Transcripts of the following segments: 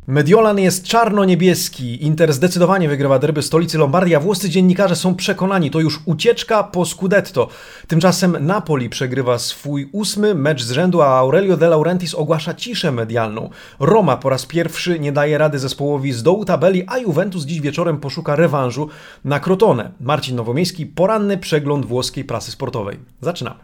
Mediolan jest czarno-niebieski. Inter zdecydowanie wygrywa derby stolicy Lombardii, a włoscy dziennikarze są przekonani, to już ucieczka po Scudetto. Tymczasem Napoli przegrywa swój 8. mecz z rzędu, a Aurelio De Laurentiis ogłasza ciszę medialną. Roma po raz pierwszy nie daje rady zespołowi z dołu tabeli, a Juventus dziś wieczorem poszuka rewanżu na Crotone. Marcin Nowomiejski, poranny przegląd włoskiej prasy sportowej. Zaczynamy.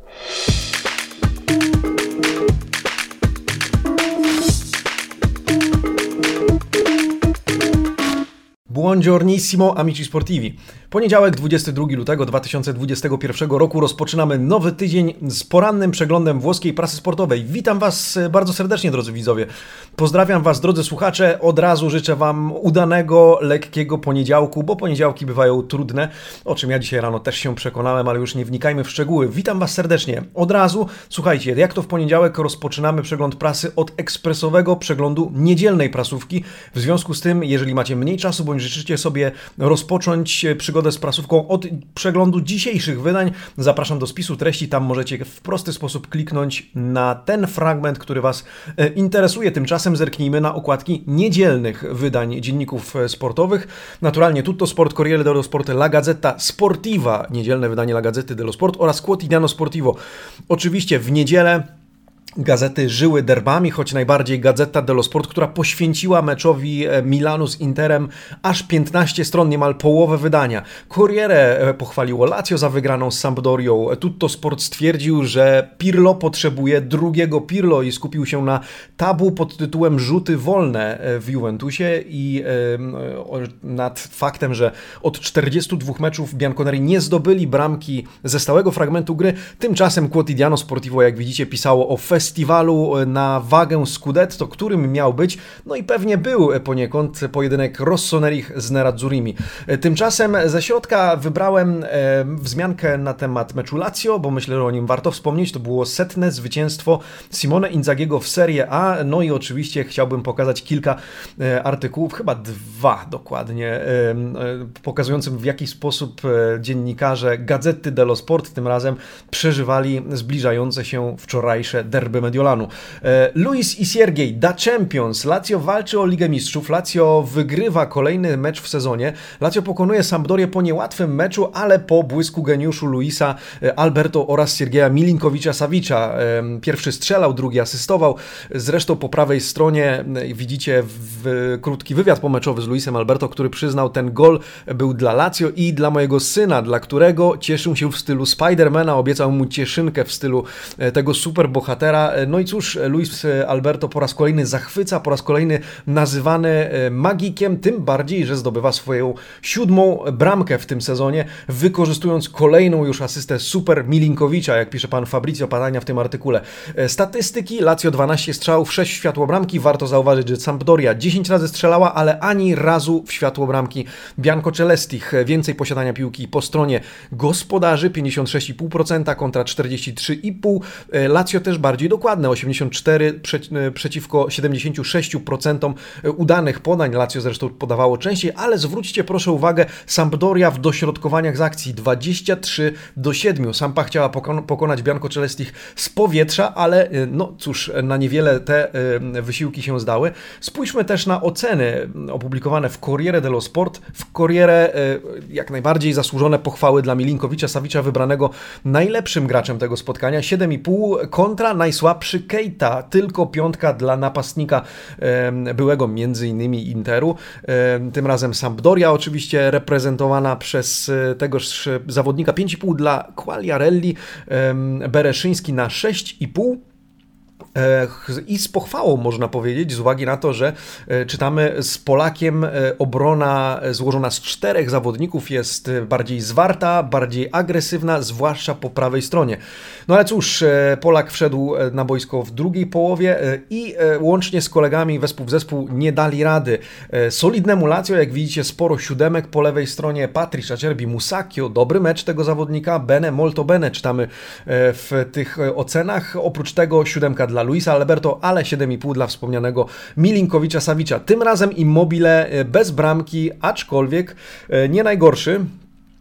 Buongiornissimo amici sportivi. Poniedziałek 22 lutego 2021 roku rozpoczynamy nowy tydzień z porannym przeglądem włoskiej prasy sportowej. Witam Was bardzo serdecznie, drodzy widzowie. Pozdrawiam Was, drodzy słuchacze. Od razu życzę Wam udanego, lekkiego poniedziałku, bo poniedziałki bywają trudne, o czym ja dzisiaj rano też się przekonałem, ale już nie wnikajmy w szczegóły. Witam Was serdecznie. Od razu, słuchajcie, jak to w poniedziałek rozpoczynamy przegląd prasy od ekspresowego przeglądu niedzielnej prasówki. W związku z tym, jeżeli macie mniej czasu, bądź życzycie sobie rozpocząć przygodę z prasówką od przeglądu dzisiejszych wydań, zapraszam do spisu treści, tam możecie w prosty sposób kliknąć na ten fragment, który Was interesuje. Tymczasem zerknijmy na okładki niedzielnych wydań dzienników sportowych. Naturalnie Tutto Sport, Corriere dello Sport, La Gazzetta Sportiva, niedzielne wydanie La Gazzetta dello Sport oraz Quotidiano Sportivo. Oczywiście w niedzielę gazety żyły derbami, choć najbardziej Gazzetta dello Sport, która poświęciła meczowi Milanu z Interem aż 15 stron, niemal połowę wydania. Corriere pochwaliło Lazio za wygraną z Sampdorią. Tutto Sport stwierdził, że Pirlo potrzebuje drugiego Pirlo i skupił się na tabu pod tytułem rzuty wolne w Juventusie i nad faktem, że od 42 meczów Bianconeri nie zdobyli bramki ze stałego fragmentu gry. Tymczasem Quotidiano Sportivo, jak widzicie, pisało o festiwalu na wagę Scudetto, którym miał być, no i pewnie był poniekąd pojedynek Rossonerich z Nerazzurimi. Tymczasem ze środka wybrałem wzmiankę na temat meczu Lazio, bo myślę, że o nim warto wspomnieć. To było 100. zwycięstwo Simone Inzaghiego w Serie A, no i oczywiście chciałbym pokazać kilka artykułów, chyba 2 dokładnie, pokazującym w jaki sposób dziennikarze Gazzety dello Sport tym razem przeżywali zbliżające się wczorajsze derby Mediolanu. Luis i Siergiej, da Champions. Lazio walczy o Ligę Mistrzów. Lazio wygrywa kolejny mecz w sezonie. Lazio pokonuje Sampdorię po niełatwym meczu, ale po błysku geniuszu Luisa Alberto oraz Siergieja Milinkowicza-Savicza. Pierwszy strzelał, drugi asystował. Zresztą po prawej stronie widzicie krótki wywiad pomeczowy z Luisem Alberto, który przyznał, ten gol był dla Lazio i dla mojego syna, dla którego cieszył się w stylu Spidermana. Obiecał mu cieszynkę w stylu tego superbohatera. No i cóż, Luis Alberto po raz kolejny zachwyca, po raz kolejny nazywany magikiem, tym bardziej, że zdobywa swoją 7. bramkę w tym sezonie, wykorzystując kolejną już asystę super Milinkowicza, jak pisze pan Fabrizio Padania w tym artykule. Statystyki: Lazio 12 strzałów, 6 w światło bramki. Warto zauważyć, że Sampdoria 10 razy strzelała, ale ani razu w światło bramki Biancocelestich. Więcej posiadania piłki po stronie gospodarzy, 56,5% kontra 43,5%. Lazio też bardziej dokładne, 84 przeciwko 76% udanych podań. Lazio zresztą podawało częściej, ale zwróćcie proszę uwagę, Sampdoria w dośrodkowaniach z akcji 23-7. Sampa chciała pokonać Biancocelestich z powietrza, ale no cóż, na niewiele te wysiłki się zdały. Spójrzmy też na oceny opublikowane w Corriere dello Sport. W Corriere jak najbardziej zasłużone pochwały dla Milinkowicza-Savicza, wybranego najlepszym graczem tego spotkania, 7,5 kontra najsłabszy Keita, tylko 5 dla napastnika byłego między innymi Interu. Tym razem Sampdoria oczywiście reprezentowana przez tegoż zawodnika, 5,5 dla Quagliarelli, Bereszyński na 6,5. I z pochwałą można powiedzieć, z uwagi na to, że czytamy, z Polakiem obrona złożona z 4 zawodników jest bardziej zwarta, bardziej agresywna, zwłaszcza po prawej stronie. No ale cóż, Polak wszedł na boisko w drugiej połowie i łącznie z kolegami wespół w zespół nie dali rady. Solidnemu Lazio, jak widzicie, sporo 7 po lewej stronie, Patrick, Acerbi, Musacchio, dobry mecz tego zawodnika, bene, molto bene, czytamy w tych ocenach. Oprócz tego 7 dla Luisa Alberto, ale 7,5 dla wspomnianego Milinkowicza-Savicza. Tym razem Immobile bez bramki, aczkolwiek nie najgorszy.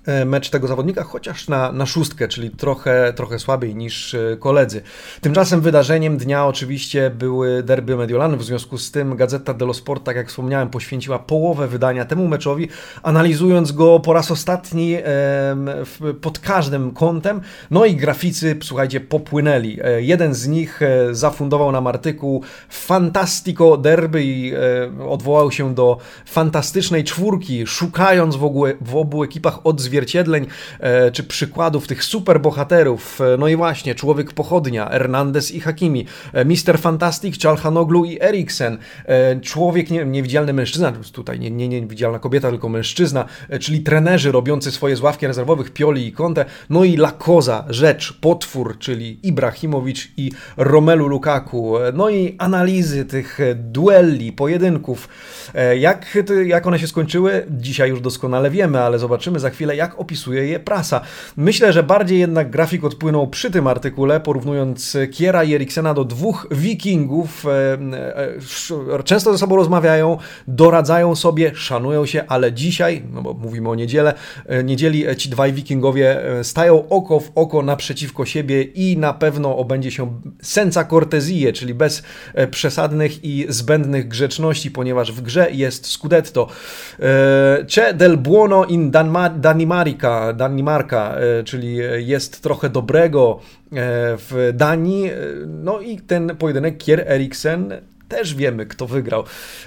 mecz tego zawodnika, chociaż na szóstkę, czyli trochę słabiej niż koledzy. Tymczasem wydarzeniem dnia oczywiście były derby Mediolanu, w związku z tym Gazzetta dello Sport, tak jak wspomniałem, poświęciła połowę wydania temu meczowi, analizując go po raz ostatni pod każdym kątem. No i graficy, słuchajcie, popłynęli. Jeden z nich zafundował nam artykuł Fantastico Derby i odwołał się do fantastycznej czwórki, szukając w obu ekipach odzwierciedleń czy przykładów tych superbohaterów. No i właśnie, człowiek pochodnia, Hernandez i Hakimi, Mister Fantastic, Çalhanoğlu i Eriksen, człowiek niewidzialny mężczyzna, tutaj nie niewidzialna kobieta, tylko mężczyzna, czyli trenerzy robiący swoje z ławki rezerwowych, Pioli i Conte, no i La Cosa, rzecz, potwór, czyli Ibrahimowicz i Romelu Lukaku, no i analizy tych duelli, pojedynków. Jak one się skończyły? Dzisiaj już doskonale wiemy, ale zobaczymy za chwilę, jak opisuje je prasa. Myślę, że bardziej jednak grafik odpłynął przy tym artykule, porównując Kiera i Eriksena do dwóch wikingów. Często ze sobą rozmawiają, doradzają sobie, szanują się, ale dzisiaj, no bo mówimy o niedzieli, ci dwaj wikingowie stają oko w oko naprzeciwko siebie i na pewno obędzie się senza cortesie, czyli bez przesadnych i zbędnych grzeczności, ponieważ w grze jest Scudetto. C'è del buono in Danimarka, czyli jest trochę dobrego w Danii. No i ten pojedynek Kier-Eriksen też wiemy, kto wygrał.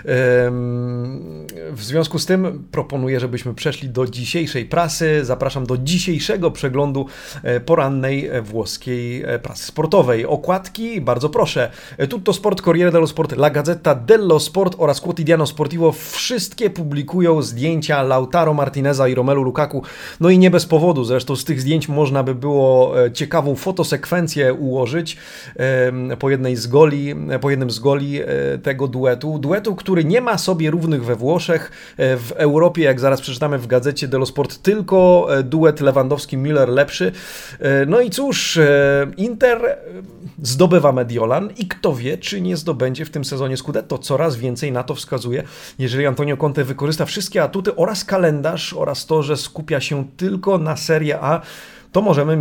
W związku z tym proponuję, żebyśmy przeszli do dzisiejszej prasy. Zapraszam do dzisiejszego przeglądu porannej włoskiej prasy sportowej. Okładki, bardzo proszę. Tutto Sport, Corriere dello Sport, La Gazzetta dello Sport oraz Quotidiano Sportivo wszystkie publikują zdjęcia Lautaro Martineza i Romelu Lukaku. No i nie bez powodu, zresztą z tych zdjęć można by było ciekawą fotosekwencję ułożyć po jednym z goli tego duetu, który nie ma sobie równych we Włoszech, w Europie, jak zaraz przeczytamy w Gazecie dello Sport, tylko duet Lewandowski-Müller lepszy. No i cóż, Inter zdobywa Mediolan i kto wie, czy nie zdobędzie w tym sezonie Scudetto. Coraz więcej na to wskazuje, jeżeli Antonio Conte wykorzysta wszystkie atuty oraz kalendarz oraz to, że skupia się tylko na Serie A, to możemy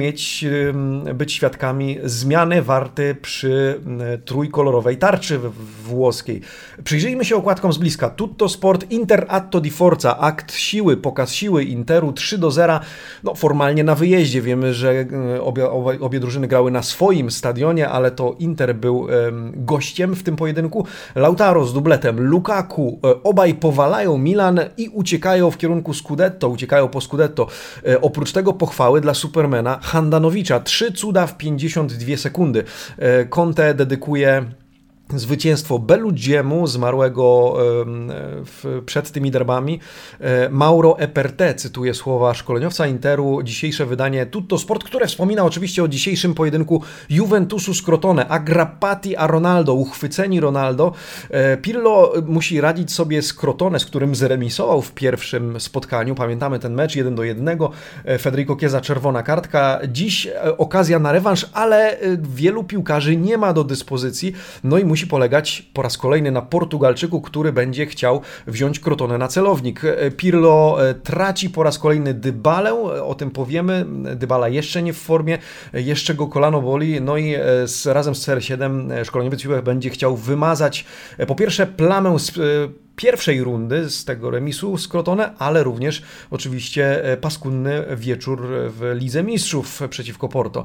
być świadkami zmiany warty przy trójkolorowej tarczy włoskiej. Przyjrzyjmy się okładkom z bliska. Tutto Sport, Inter atto di forza, akt siły, pokaz siły Interu 3-0. No formalnie na wyjeździe. Wiemy, że obie drużyny grały na swoim stadionie, ale to Inter był gościem w tym pojedynku. Lautaro z dubletem, Lukaku, obaj powalają Milan i uciekają w kierunku Scudetto, uciekają po Scudetto. Oprócz tego pochwały dla supermana Handanowicza. 3 cuda w 52 sekundy. Conte dedykuje zwycięstwo Bellugiemu, zmarłego przed tymi derbami. Mauro Eperté, cytuję słowa szkoleniowca Interu, dzisiejsze wydanie Tutto Sport, które wspomina oczywiście o dzisiejszym pojedynku Juventusu z Crotone. Aggrappati a Ronaldo, uchwyceni Ronaldo. Pirlo musi radzić sobie z Crotone, z którym zremisował w pierwszym spotkaniu. Pamiętamy ten mecz 1-1. Federico Chiesa, czerwona kartka. Dziś okazja na rewanż, ale wielu piłkarzy nie ma do dyspozycji. No i musi polegać po raz kolejny na Portugalczyku, który będzie chciał wziąć Crotone na celownik. Pirlo traci po raz kolejny Dybalę, o tym powiemy. Dybala jeszcze nie w formie, jeszcze go kolano boli, no i razem z CR7 szkoleniowiec Juve będzie chciał wymazać po pierwsze plamę z pierwszej rundy z tego remisu z Crotone, ale również oczywiście paskudny wieczór w Lidze Mistrzów przeciwko Porto.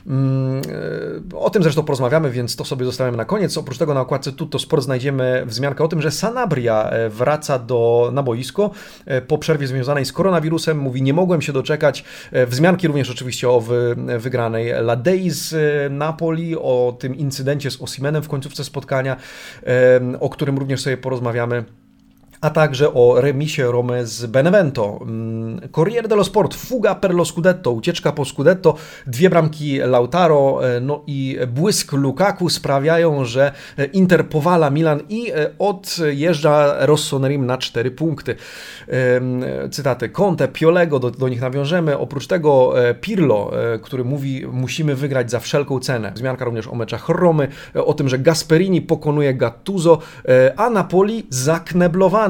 O tym zresztą porozmawiamy, więc to sobie zostawiamy na koniec. Oprócz tego na okładce Tutto Sport znajdziemy wzmiankę o tym, że Sanabria wraca na boisko po przerwie związanej z koronawirusem. Mówi, nie mogłem się doczekać. Wzmianki również oczywiście o wygranej Ladei z Napoli, o tym incydencie z Osimenem w końcówce spotkania, o którym również sobie porozmawiamy, a także o remisie Rome z Benevento. Corriere dello Sport, fuga per lo Scudetto, ucieczka po Scudetto, 2 bramki Lautaro, no i błysk Lukaku sprawiają, że Inter powala Milan i odjeżdża Rossoneri na 4 punkty. Cytaty Conte, Piolego, do nich nawiążemy. Oprócz tego Pirlo, który mówi, musimy wygrać za wszelką cenę. Wzmianka również o meczach Romy, o tym, że Gasperini pokonuje Gattuso, a Napoli zakneblowane.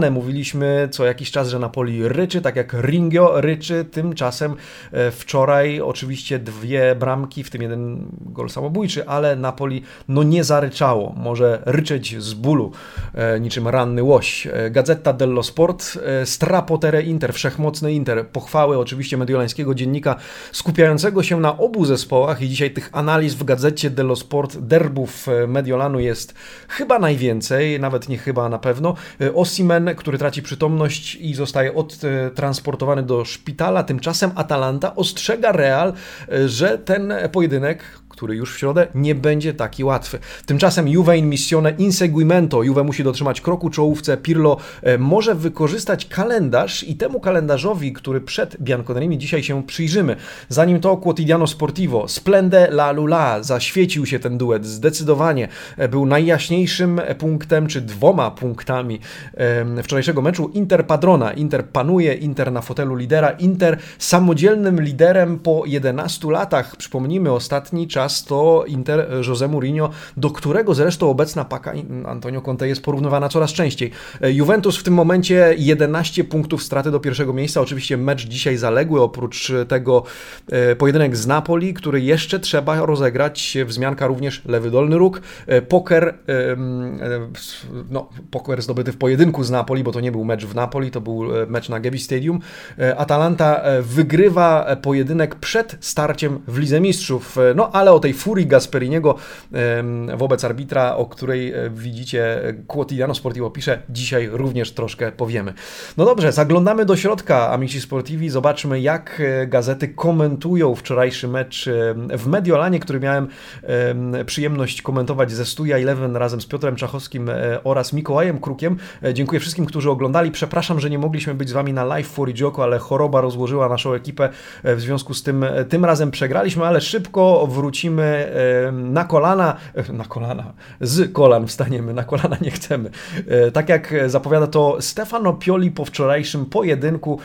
Milane mówiliśmy co jakiś czas, że Napoli ryczy, tak jak Ringio ryczy. Tymczasem wczoraj oczywiście 2 bramki, w tym 1 gol samobójczy, ale Napoli nie zaryczało. Może ryczeć z bólu, niczym ranny łoś. Gazzetta dello Sport, strapotere Inter, wszechmocny Inter. Pochwały oczywiście mediolańskiego dziennika skupiającego się na obu zespołach i dzisiaj tych analiz w Gazetcie dello Sport derbów Mediolanu jest chyba najwięcej, nawet nie chyba, na pewno. Osimhen, który traci przytomność i zostaje odtransportowany do szpitala. Tymczasem Atalanta ostrzega Real, że ten pojedynek, który już w środę, nie będzie taki łatwy. Tymczasem Juve in missione inseguimento. Juve musi dotrzymać kroku czołówce. Pirlo może wykorzystać kalendarz i temu kalendarzowi, który przed Bianconerimi dzisiaj się przyjrzymy. Zanim to Quotidiano Sportivo. Splende la Lula. Zaświecił się ten duet. Zdecydowanie był najjaśniejszym punktem, czy 2 punktami wczorajszego meczu. Inter padrona. Inter panuje. Inter na fotelu lidera. Inter samodzielnym liderem po 11 latach. Przypomnijmy, ostatni czas to Inter José Mourinho, do którego zresztą obecna paka Antonio Conte jest porównywana coraz częściej. Juventus w tym momencie 11 punktów straty do pierwszego miejsca. Oczywiście mecz dzisiaj zaległy, oprócz tego pojedynek z Napoli, który jeszcze trzeba rozegrać. Wzmianka również lewy dolny róg. Poker zdobyty w pojedynku z Napoli, bo to nie był mecz w Napoli, to był mecz na Gevi Stadium. Atalanta wygrywa pojedynek przed starciem w Lidze Mistrzów. Ale o tej furii Gasperiniego wobec arbitra, o której widzicie Quotidiano Sportivo pisze, dzisiaj również troszkę powiemy. No dobrze, zaglądamy do środka, amici sportivi, zobaczmy jak gazety komentują wczorajszy mecz w Mediolanie, który miałem przyjemność komentować ze Studia Eleven razem z Piotrem Czachowskim oraz Mikołajem Krukiem. Dziękuję wszystkim, którzy oglądali. Przepraszam, że nie mogliśmy być z Wami na live Fuorigioco, ale choroba rozłożyła naszą ekipę, w związku z tym razem przegraliśmy, ale szybko wrócimy na kolana, z kolan wstaniemy, na kolana nie chcemy. Tak jak zapowiada to Stefano Pioli po wczorajszym pojedynku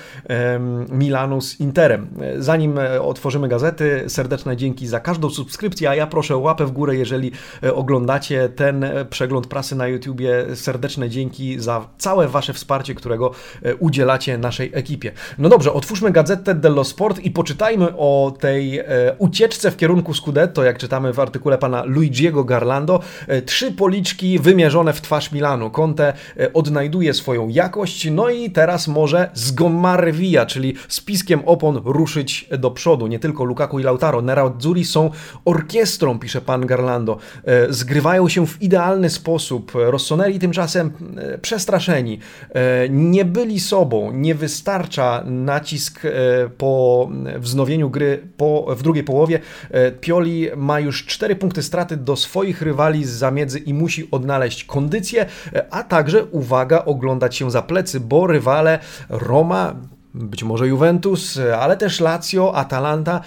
Milanu z Interem. Zanim otworzymy gazety, serdeczne dzięki za każdą subskrypcję, a ja proszę o łapę w górę, jeżeli oglądacie ten przegląd prasy na YouTubie. Serdeczne dzięki za całe Wasze wsparcie, którego udzielacie naszej ekipie. No dobrze, otwórzmy Gazetę dello Sport i poczytajmy o tej ucieczce w kierunku Scudetto, jak czytamy w artykule pana Luigiego Garlando. 3 policzki wymierzone w twarz Milanu. Conte odnajduje swoją jakość, no i teraz może z gommare via, czyli z piskiem opon ruszyć do przodu. Nie tylko Lukaku i Lautaro. Nerazzurri są orkiestrą, pisze pan Garlando. Zgrywają się w idealny sposób. Rossoneri tymczasem przestraszeni. Nie byli sobą. Nie wystarcza nacisk po wznowieniu gry w drugiej połowie. Pioli ma już 4 punkty straty do swoich rywali z zamiedzy i musi odnaleźć kondycję, a także, uwaga, oglądać się za plecy, bo rywale Roma, być może Juventus, ale też Lazio, Atalanta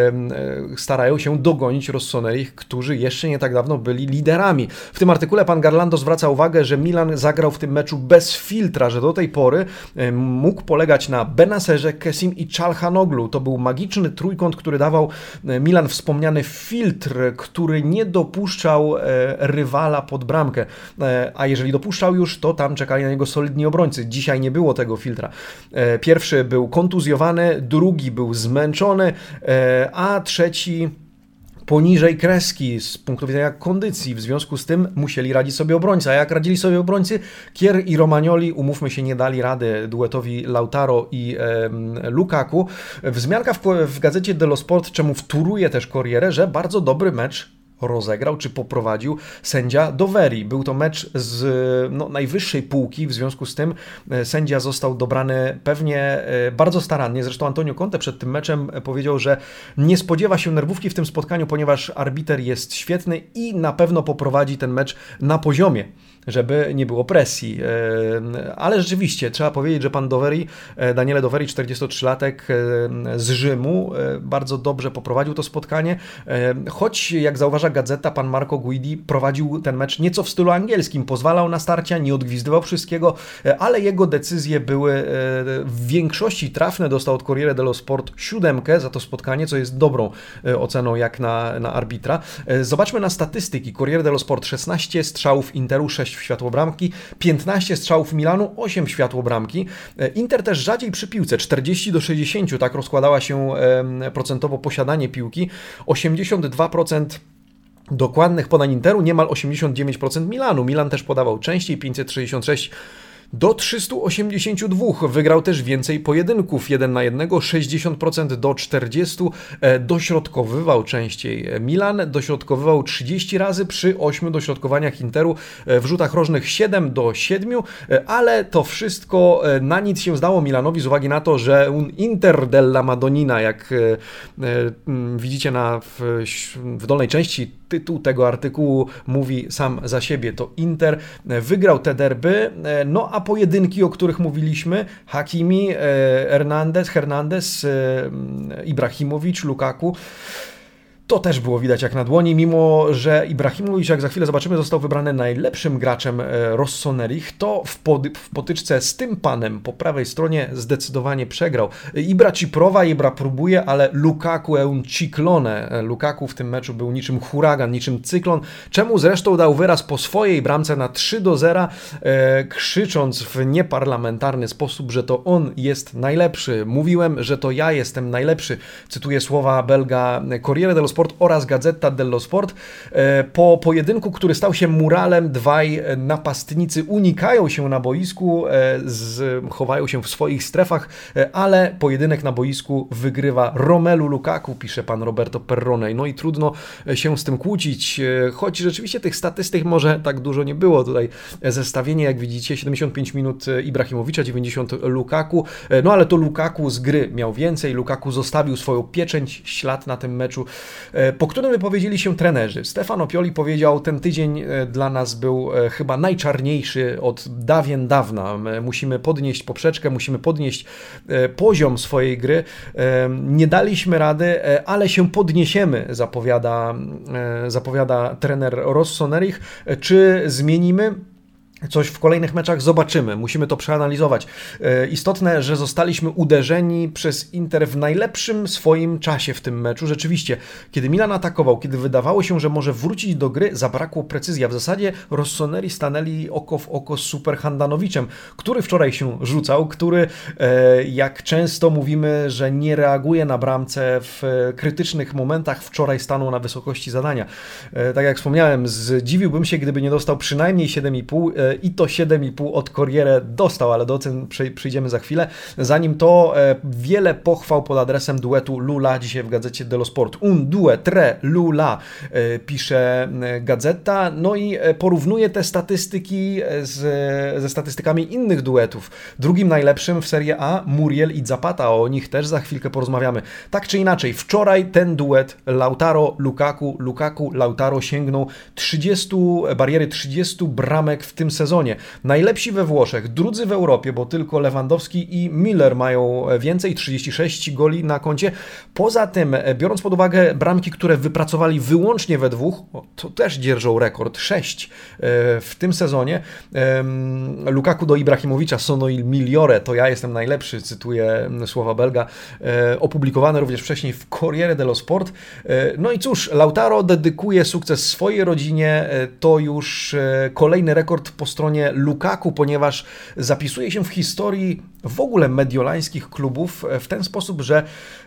starają się dogonić Rossoneri, którzy jeszcze nie tak dawno byli liderami. W tym artykule pan Garlando zwraca uwagę, że Milan zagrał w tym meczu bez filtra, że do tej pory mógł polegać na Benacerze, Kessim i Çalhanoglu. To był magiczny trójkąt, który dawał Milan wspomniany filtr, który nie dopuszczał rywala pod bramkę. A jeżeli dopuszczał już, to tam czekali na niego solidni obrońcy. Dzisiaj nie było tego filtra. Pierwszy był kontuzjowany, drugi był zmęczony, a trzeci poniżej kreski z punktu widzenia kondycji. W związku z tym musieli radzić sobie obrońcy. A jak radzili sobie obrońcy? Kier i Romagnoli, umówmy się, nie dali rady duetowi Lautaro i Lukaku. Wzmianka w gazecie dello Sport, czemu wtóruje też Corriere, że bardzo dobry mecz rozegrał, czy poprowadził sędzia Doveri. Był to mecz z najwyższej półki, w związku z tym sędzia został dobrany pewnie bardzo starannie. Zresztą Antonio Conte przed tym meczem powiedział, że nie spodziewa się nerwówki w tym spotkaniu, ponieważ arbiter jest świetny i na pewno poprowadzi ten mecz na poziomie, żeby nie było presji. Ale rzeczywiście trzeba powiedzieć, że pan Doveri, Daniele Doveri, 43-latek z Rzymu, bardzo dobrze poprowadził to spotkanie, choć jak zauważa Reportaża Gazeta pan Marco Guidi prowadził ten mecz nieco w stylu angielskim. Pozwalał na starcia, nie odgwizdywał wszystkiego, ale jego decyzje były w większości trafne. Dostał od Corriere dello Sport 7 za to spotkanie, co jest dobrą oceną jak na arbitra. Zobaczmy na statystyki. Corriere dello Sport 16 strzałów Interu, 6 w światłobramki, 15 strzałów Milanu, 8 w światłobramki. Inter też rzadziej przy piłce, 40-60, tak rozkładała się procentowo posiadanie piłki, 82% dokładnych podań Interu, niemal 89% Milanu. Milan też podawał częściej, 566 do 382. Wygrał też więcej pojedynków 1 na 1, 60% do 40. Dośrodkowywał częściej. Milan dośrodkowywał 30 razy przy 8 dośrodkowaniach Interu, w rzutach rożnych 7 do 7, ale to wszystko na nic się zdało Milanowi z uwagi na to, że Inter della Madonnina, jak widzicie w dolnej części, tytuł tego artykułu mówi sam za siebie. To Inter wygrał te derby, no a pojedynki, o których mówiliśmy, Hakimi, Hernandez, Ibrahimowicz, Lukaku, to też było widać jak na dłoni, mimo że Ibrahimowicz, jak za chwilę zobaczymy, został wybrany najlepszym graczem Rossoneri, to w potyczce z tym panem po prawej stronie zdecydowanie przegrał. Ibra ci prova, Ibra próbuje, ale Lukaku è un ciclone. Lukaku w tym meczu był niczym huragan, niczym cyklon, czemu zresztą dał wyraz po swojej bramce na 3-0, krzycząc w nieparlamentarny sposób, że to on jest najlepszy. Mówiłem, że to ja jestem najlepszy. Cytuję słowa Belga Corriere dello Sport oraz Gazzetta dello Sport. Po pojedynku, który stał się muralem, dwaj napastnicy unikają się na boisku, chowają się w swoich strefach, ale pojedynek na boisku wygrywa Romelu Lukaku, pisze pan Roberto Perrone. No i trudno się z tym kłócić, choć rzeczywiście tych statystyk może tak dużo nie było. Tutaj zestawienie, jak widzicie, 75 minut Ibrahimowicza, 90 Lukaku, no ale to Lukaku z gry miał więcej. Lukaku zostawił swoją pieczęć, ślad na tym meczu, po którym wypowiedzieli się trenerzy. Stefano Pioli powiedział, ten tydzień dla nas był chyba najczarniejszy od dawien dawna. Musimy podnieść poprzeczkę, musimy podnieść poziom swojej gry. Nie daliśmy rady, ale się podniesiemy, zapowiada trener Rossoneri. Czy zmienimy coś w kolejnych meczach? Zobaczymy. Musimy to przeanalizować. Istotne, że zostaliśmy uderzeni przez Inter w najlepszym swoim czasie w tym meczu. Rzeczywiście, kiedy Milan atakował, kiedy wydawało się, że może wrócić do gry, zabrakło precyzji. A w zasadzie Rossoneri stanęli oko w oko z Super Handanowiczem, który wczoraj się rzucał, który, jak często mówimy, że nie reaguje na bramce w krytycznych momentach, wczoraj stanął na wysokości zadania. Tak jak wspomniałem, zdziwiłbym się, gdyby nie dostał przynajmniej 7,5 i to 7,5 od Corriere dostał, ale do ocen przyjdziemy za chwilę. Zanim to, wiele pochwał pod adresem duetu Lula dzisiaj w Gazecie dello Sport. Un, due, tre, Lula, pisze Gazeta, no i porównuje te statystyki ze statystykami innych duetów. Drugim najlepszym w Serie A Muriel i Zapata, o nich też za chwilkę porozmawiamy. Tak czy inaczej, wczoraj ten duet Lautaro-Lukaku, Lautaro sięgnął bariery 30 bramek w tym sezonie. Najlepsi we Włoszech, drudzy w Europie, bo tylko Lewandowski i Müller mają więcej, 36 goli na koncie. Poza tym, biorąc pod uwagę bramki, które wypracowali wyłącznie we dwóch, to też dzierżą rekord, 6 w tym sezonie. Lukaku do Ibrahimowicza, sono il migliore, to ja jestem najlepszy, cytuję słowa Belga, opublikowane również wcześniej w Corriere dello Sport. No i cóż, Lautaro dedykuje sukces swojej rodzinie, to już kolejny rekord po stronie Lukaku, ponieważ zapisuje się w historii w ogóle mediolańskich klubów w ten sposób, że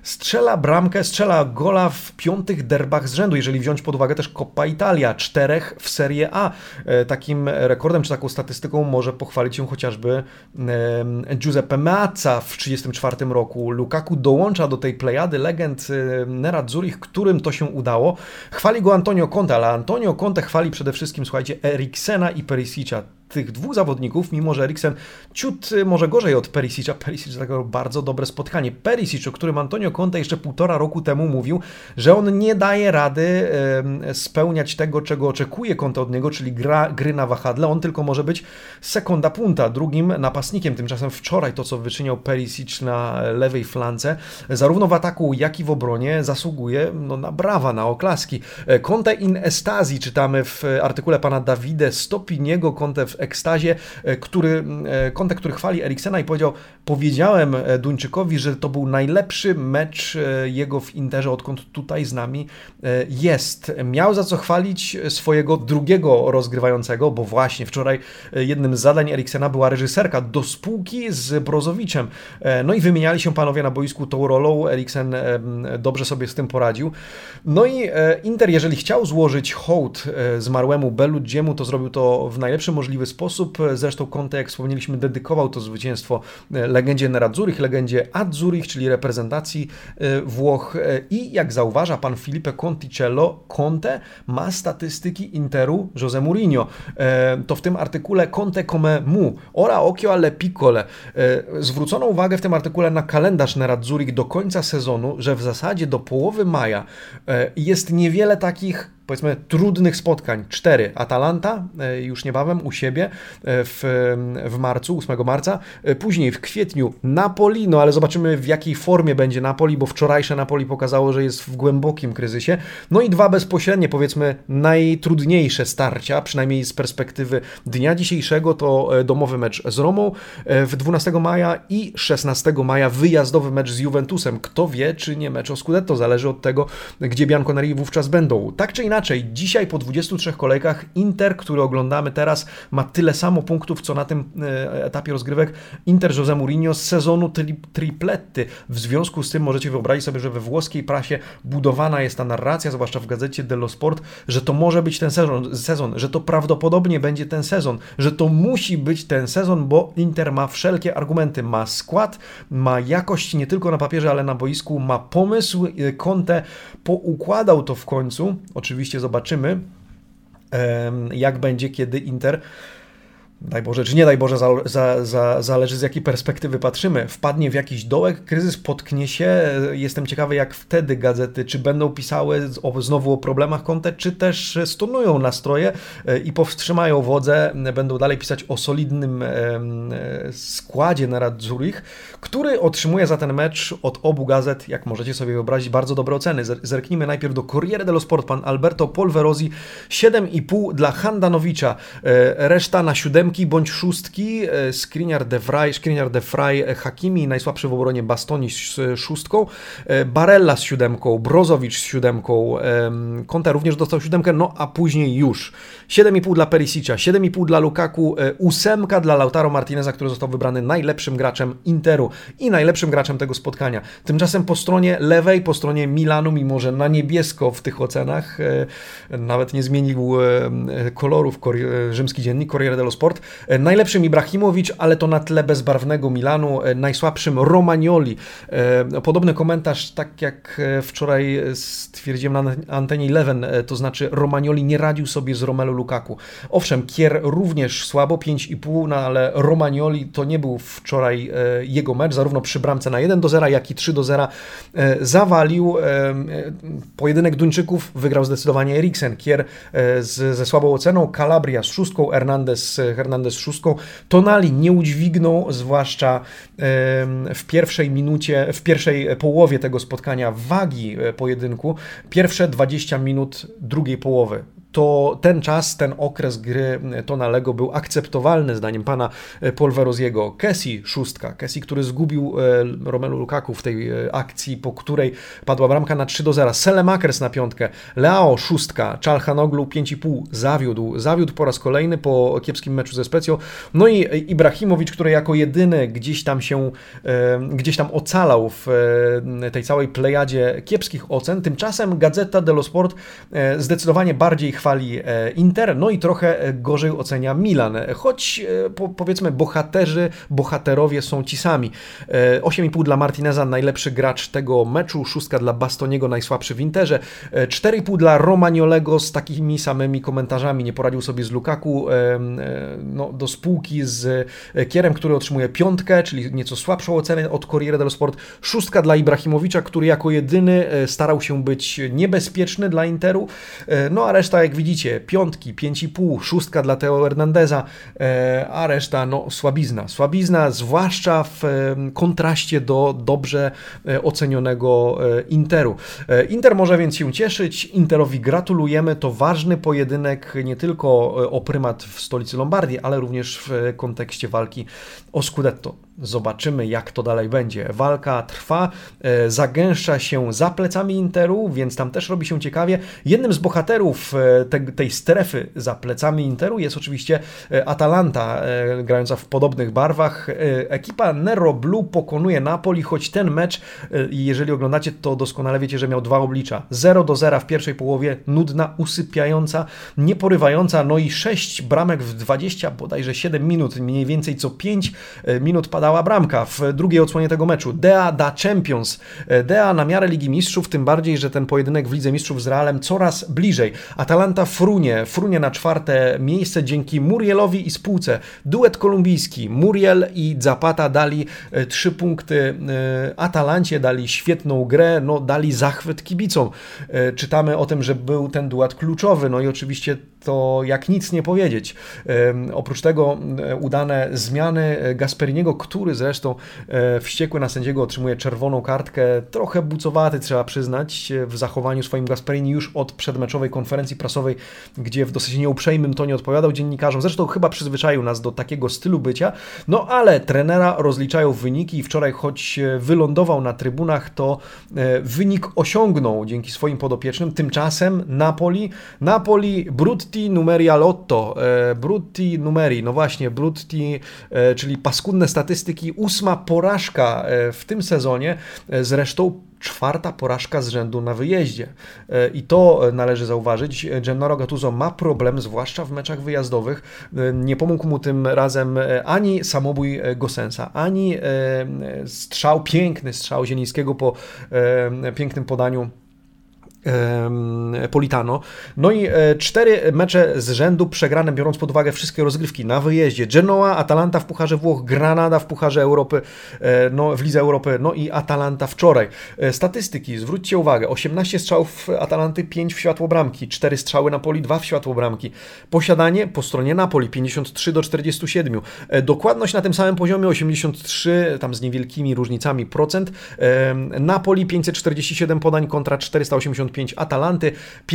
strzela gola w 5 derbach z rzędu, jeżeli wziąć pod uwagę też Coppa Italia, 4 w Serie A. Takim rekordem czy taką statystyką może pochwalić się chociażby Giuseppe Meazza w 1934 roku. Lukaku dołącza do tej plejady legend Nerazzurich, którym to się udało. Chwali go Antonio Conte, ale Antonio Conte chwali przede wszystkim, słuchajcie, Eriksena i Perisic'a. tych dwóch zawodników, mimo że Eriksen ciut może gorzej od Perisic'a. Perisic zagrał bardzo dobre spotkanie. Perisic, o którym Antonio Conte jeszcze 1,5 roku temu mówił, że on nie daje rady spełniać tego, czego oczekuje Conte od niego, czyli gry na wahadle. On tylko może być sekunda punta, drugim napastnikiem. Tymczasem wczoraj to, co wyczyniał Perisic na lewej flance, zarówno w ataku, jak i w obronie, zasługuje na brawa, na oklaski. Conte in estasi, czytamy w artykule pana Davide Stopiniego, Conte w ekstazie, Conte, który chwali Eriksena i powiedziałem Duńczykowi, że to był najlepszy mecz jego w Interze, odkąd tutaj z nami jest. Miał za co chwalić swojego drugiego rozgrywającego, bo właśnie wczoraj jednym z zadań Eriksena była reżyserka do spółki z Brozowiczem. No i wymieniali się panowie na boisku tą rolą. Eriksen dobrze sobie z tym poradził. No i Inter, jeżeli chciał złożyć hołd zmarłemu Belludziemu, to zrobił to w najlepszy możliwy sposób. Zresztą Conte, jak wspomnieliśmy, dedykował to zwycięstwo legendzie Nerazzurich, legendzie Azzurich, czyli reprezentacji Włoch. I jak zauważa pan Filipe Conticello, Conte ma statystyki Interu José Mourinho. To w tym artykule Conte come mu, ora occhio alle piccole. Zwrócono uwagę w tym artykule na kalendarz Nerazzurich do końca sezonu, że w zasadzie do połowy maja jest niewiele takich, powiedzmy, trudnych spotkań. 4. Atalanta, już niebawem u siebie w marcu, 8 marca. Później w kwietniu Napoli, no ale zobaczymy, w jakiej formie będzie Napoli, bo wczorajsze Napoli pokazało, że jest w głębokim kryzysie. No i 2 bezpośrednie, powiedzmy, najtrudniejsze starcia, przynajmniej z perspektywy dnia dzisiejszego, to domowy mecz z Romą w 12 maja i 16 maja wyjazdowy mecz z Juventusem. Kto wie, czy nie mecz o Scudetto, zależy od tego, gdzie Bianconeri wówczas będą. Tak czy inaczej, dzisiaj po 23 kolejkach Inter, który oglądamy teraz, ma tyle samo punktów, co na tym etapie rozgrywek Inter José Mourinho z sezonu tripletty. W związku z tym możecie wyobrazić sobie, że we włoskiej prasie budowana jest ta narracja, zwłaszcza w gazecie dello Sport, że to może być ten sezon, że to prawdopodobnie będzie ten sezon, że to musi być ten sezon, bo Inter ma wszelkie argumenty, ma skład, ma jakość nie tylko na papierze, ale na boisku, ma pomysł. Conte poukładał to w końcu. Oczywiście zobaczymy, jak będzie, kiedy Inter, daj Boże, czy nie daj Boże, zależy z jakiej perspektywy patrzymy, wpadnie w jakiś dołek, kryzys potknie się. Jestem ciekawy, jak wtedy gazety, czy będą pisały znowu o problemach Conte, czy też stonują nastroje i powstrzymają wodzę, będą dalej pisać o solidnym składzie Nerazzurich, który otrzymuje za ten mecz od obu gazet, jak możecie sobie wyobrazić, bardzo dobre oceny. Zerknijmy najpierw do Corriere dello Sport. Pan Alberto Polverosi 7,5 dla Handanovicia, reszta na 7 bądź 6, Skriniar de Vrij, Hakimi, najsłabszy w obronie Bastoni z 6, Barella z 7, Brozovic z 7, Conte również dostał 7, no a później już 7,5 dla Perisic'a, 7,5 dla Lukaku, 8 dla Lautaro Martineza, który został wybrany najlepszym graczem Interu i najlepszym graczem tego spotkania. Tymczasem po stronie lewej, po stronie Milanu, mimo że na niebiesko w tych ocenach, nawet nie zmienił kolorów rzymski dziennik Corriere dello Sport, najlepszym Ibrahimowicz, ale to na tle bezbarwnego Milanu, najsłabszym Romagnoli. Podobny komentarz, tak jak wczoraj stwierdziłem na antenie Eleven, to znaczy Romagnoli nie radził sobie z Romelu Lukaku. Owszem, Kier również słabo, 5,5, no ale Romagnoli to nie był wczoraj jego mecz, zarówno przy bramce na 1-0, jak i 3-0 zawalił. Pojedynek Duńczyków wygrał zdecydowanie Eriksen, Kier ze słabą oceną, Calabria z 6, Hernandez z 6. Tonali nie udźwignął, zwłaszcza w pierwszej połowie tego spotkania, wagi pojedynku, pierwsze 20 minut drugiej połowy. To ten czas, ten okres gry Tonalego był akceptowalny zdaniem pana Polverosiego. Kessie 6, Kessie, który zgubił Romelu Lukaku w tej akcji, po której padła bramka na 3-0. Selemakers na 5, Leao 6, Çalhanoğlu 5,5 zawiódł po raz kolejny po kiepskim meczu ze Specją. No i Ibrahimowicz, który jako jedyny gdzieś tam ocalał w tej całej plejadzie kiepskich ocen. Tymczasem Gazzetta dello Sport zdecydowanie bardziej chwali Inter, no i trochę gorzej ocenia Milan, choć powiedzmy bohaterowie są ci sami. 8,5 dla Martineza, najlepszy gracz tego meczu, 6 dla Bastoniego, najsłabszy w Interze, 4,5 dla Romagnolego z takimi samymi komentarzami, nie poradził sobie z Lukaku, no, do spółki z Kierem, który otrzymuje 5, czyli nieco słabszą ocenę od Corriere dello Sport, 6 dla Ibrahimowicza, który jako jedyny starał się być niebezpieczny dla Interu, no a reszta, jak widzicie, 5, 5,5, 6 dla Theo Hernandeza, a reszta no słabizna, zwłaszcza w kontraście do dobrze ocenionego Interu. Inter może więc się cieszyć, Interowi gratulujemy, to ważny pojedynek nie tylko o prymat w stolicy Lombardii, ale również w kontekście walki o Scudetto. Zobaczymy, jak to dalej będzie. Walka trwa, zagęszcza się za plecami Interu, więc tam też robi się ciekawie. Jednym z bohaterów tej strefy za plecami Interu jest oczywiście Atalanta, grająca w podobnych barwach. Ekipa Nero Blu pokonuje Napoli, choć ten mecz, jeżeli oglądacie, to doskonale wiecie, że miał dwa oblicza. 0-0 w pierwszej połowie, nudna, usypiająca, nieporywająca, no i 6 bramek w 20, bodajże 7 minut, mniej więcej co 5 minut padała bramka w drugiej odsłonie tego meczu. Dea da Champions. Dea na miarę Ligi Mistrzów, tym bardziej, że ten pojedynek w Lidze Mistrzów z Realem coraz bliżej. Atalanta frunie na 4. miejsce dzięki Murielowi i spółce. Duet kolumbijski. Muriel i Zapata dali 3 punkty Atalancie, dali świetną grę, no dali zachwyt kibicom. Czytamy o tym, że był ten duet kluczowy, no i oczywiście to jak nic nie powiedzieć. Oprócz tego udane zmiany Gasperiniego, który zresztą wściekły na sędziego otrzymuje czerwoną kartkę, trochę bucowaty trzeba przyznać w zachowaniu swoim Gasperini już od przedmeczowej konferencji prasowej, gdzie w dosyć nieuprzejmym tonie odpowiadał dziennikarzom. Zresztą chyba przyzwyczaił nas do takiego stylu bycia, no ale trenera rozliczają wyniki i wczoraj, choć wylądował na trybunach, to wynik osiągnął dzięki swoim podopiecznym. Tymczasem Napoli Brutti numeri all'otto, Brutti numeri, no właśnie, Brutti, czyli paskudne statystyki, 8. porażka w tym sezonie, zresztą 4. porażka z rzędu na wyjeździe. I to należy zauważyć. Gennaro Gattuso ma problem, zwłaszcza w meczach wyjazdowych. Nie pomógł mu tym razem ani samobój Gossensa, ani piękny strzał Zielińskiego po pięknym podaniu Politano. No i 4 mecze z rzędu przegrane, biorąc pod uwagę wszystkie rozgrywki na wyjeździe. Genoa, Atalanta w Pucharze Włoch, Granada w Pucharze Europy, no, w Lidze Europy, no i Atalanta wczoraj. Statystyki, zwróćcie uwagę, 18 strzałów Atalanty, 5 w światło bramki, 4 strzały Napoli, 2 w światło bramki. Posiadanie po stronie Napoli 53-47. Dokładność na tym samym poziomie 83, tam z niewielkimi różnicami procent. Napoli 547 podań kontra 485 Atalanty,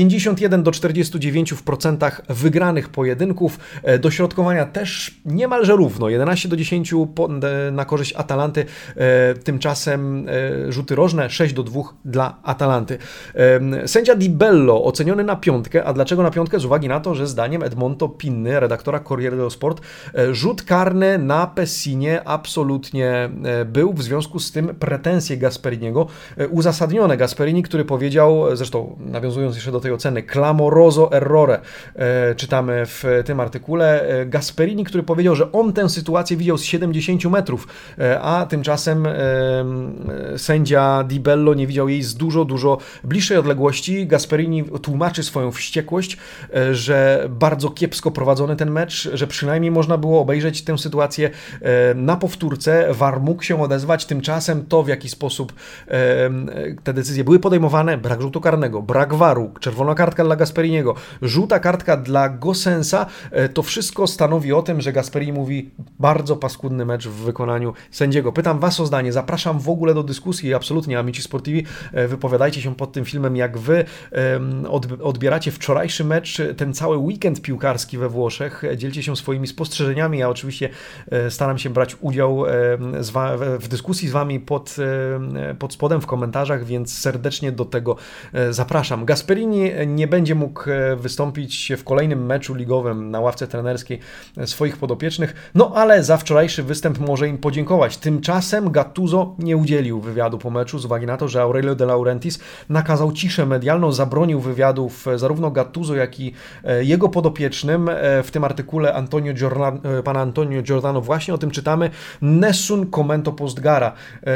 51-49% wygranych pojedynków, dośrodkowania też niemalże równo, 11-10 na korzyść Atalanty, tymczasem rzuty rożne 6-2 dla Atalanty. Sędzia Di Bello oceniony na 5, a dlaczego na 5? Z uwagi na to, że zdaniem Edmondo Pinny, redaktora Corriere dello Sport, rzut karny na Pessinie absolutnie był, w związku z tym pretensje Gasperiniego uzasadnione. Gasperini, który powiedział, zresztą nawiązując jeszcze do tej oceny, clamoroso errore, czytamy w tym artykule, Gasperini, który powiedział, że on tę sytuację widział z 70 metrów, a tymczasem sędzia Di Bello nie widział jej z dużo bliższej odległości. Gasperini tłumaczy swoją wściekłość, że bardzo kiepsko prowadzony ten mecz, że przynajmniej można było obejrzeć tę sytuację na powtórce, VAR mógł się odezwać, tymczasem to, w jaki sposób te decyzje były podejmowane, brak rzutu karnego, brak VAR-u, czerwona kartka dla Gasperiniego, żółta kartka dla Gossensa, to wszystko stanowi o tym, że Gasperini mówi bardzo paskudny mecz w wykonaniu sędziego. Pytam Was o zdanie, zapraszam w ogóle do dyskusji, absolutnie, Amici Sportivi, wypowiadajcie się pod tym filmem, jak Wy odbieracie wczorajszy mecz, ten cały weekend piłkarski we Włoszech, dzielcie się swoimi spostrzeżeniami, ja oczywiście staram się brać udział w dyskusji z Wami pod spodem w komentarzach, więc serdecznie do tego zapraszam. Gasperini nie będzie mógł wystąpić w kolejnym meczu ligowym na ławce trenerskiej swoich podopiecznych, no ale za wczorajszy występ może im podziękować. Tymczasem Gattuso nie udzielił wywiadu po meczu z uwagi na to, że Aurelio De Laurentiis nakazał ciszę medialną, zabronił wywiadów zarówno Gattuso, jak i jego podopiecznym. W tym artykule pana Antonio Giordano właśnie o tym czytamy. Nessun commento post gara.